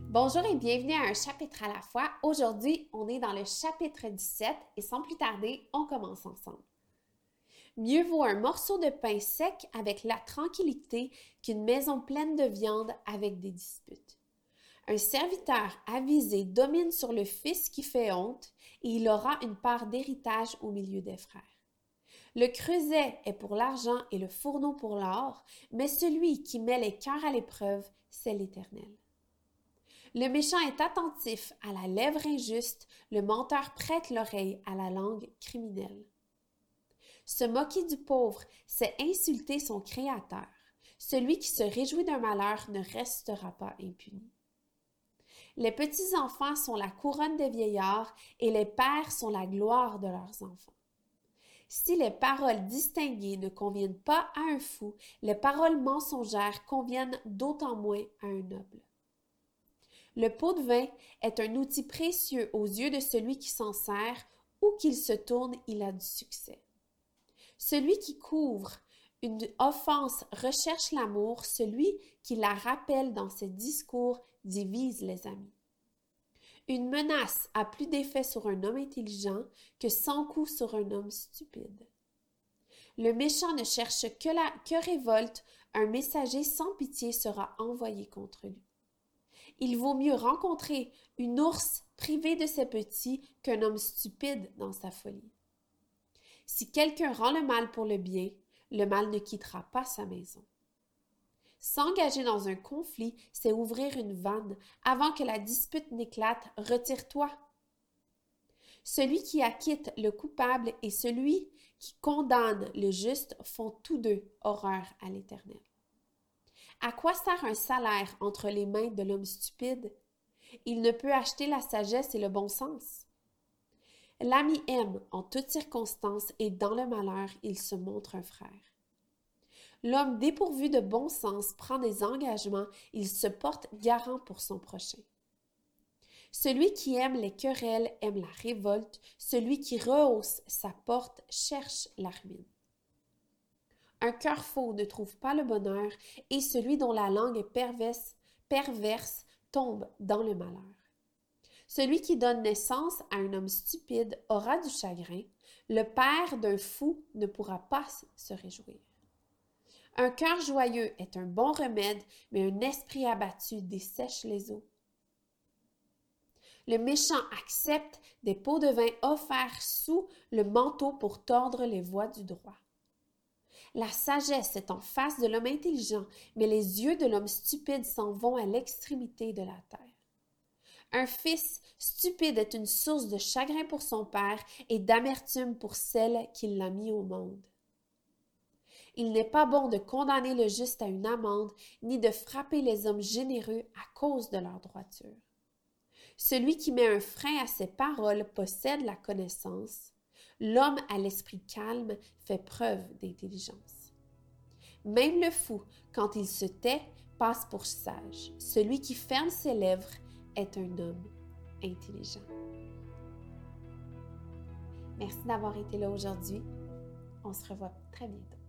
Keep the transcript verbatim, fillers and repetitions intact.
Bonjour et bienvenue à un chapitre à la fois. Aujourd'hui, on est dans le chapitre dix-sept et sans plus tarder, on commence ensemble. Mieux vaut un morceau de pain sec avec la tranquillité qu'une maison pleine de viande avec des disputes. Un serviteur avisé domine sur le fils qui fait honte et il aura une part d'héritage au milieu des frères. Le creuset est pour l'argent et le fourneau pour l'or, mais celui qui met les cœurs à l'épreuve, c'est l'Éternel. Le méchant est attentif à la lèvre injuste, le menteur prête l'oreille à la langue criminelle. Se moquer du pauvre, c'est insulter son Créateur. Celui qui se réjouit d'un malheur ne restera pas impuni. Les petits-enfants sont la couronne des vieillards et les pères sont la gloire de leurs enfants. Si les paroles distinguées ne conviennent pas à un fou, les paroles mensongères conviennent d'autant moins à un noble. Le pot de vin est un outil précieux aux yeux de celui qui s'en sert, où qu'il se tourne, il a du succès. Celui qui couvre une offense recherche l'amour, celui qui la rappelle dans ses discours divise les amis. Une menace a plus d'effet sur un homme intelligent que cent coups sur un homme stupide. Le méchant ne cherche que, la, que révolte, un messager sans pitié sera envoyé contre lui. Il vaut mieux rencontrer une ours privée de ses petits qu'un homme stupide dans sa folie. Si quelqu'un rend le mal pour le bien, le mal ne quittera pas sa maison. S'engager dans un conflit, c'est ouvrir une vanne. Avant que la dispute n'éclate, retire-toi. Celui qui acquitte le coupable et celui qui condamne le juste font tous deux horreur à l'Éternel. À quoi sert un salaire entre les mains de l'homme stupide? Il ne peut acheter la sagesse et le bon sens. L'ami aime en toutes circonstances et dans le malheur, il se montre un frère. L'homme dépourvu de bon sens prend des engagements, il se porte garant pour son prochain. Celui qui aime les querelles aime la révolte, celui qui rehausse sa porte cherche la ruine. Un cœur faux ne trouve pas le bonheur, et celui dont la langue est perverse, perverse tombe dans le malheur. Celui qui donne naissance à un homme stupide aura du chagrin, le père d'un fou ne pourra pas se réjouir. Un cœur joyeux est un bon remède, mais un esprit abattu dessèche les eaux. Le méchant accepte des pots de vin offerts sous le manteau pour tordre les voies du droit. La sagesse est en face de l'homme intelligent, mais les yeux de l'homme stupide s'en vont à l'extrémité de la terre. Un fils stupide est une source de chagrin pour son père et d'amertume pour celle qui l'a mis au monde. Il n'est pas bon de condamner le juste à une amende, ni de frapper les hommes généreux à cause de leur droiture. Celui qui met un frein à ses paroles possède la connaissance. L'homme à l'esprit calme fait preuve d'intelligence. Même le fou, quand il se tait, passe pour sage. Celui qui ferme ses lèvres est un homme intelligent. Merci d'avoir été là aujourd'hui. On se revoit très bientôt.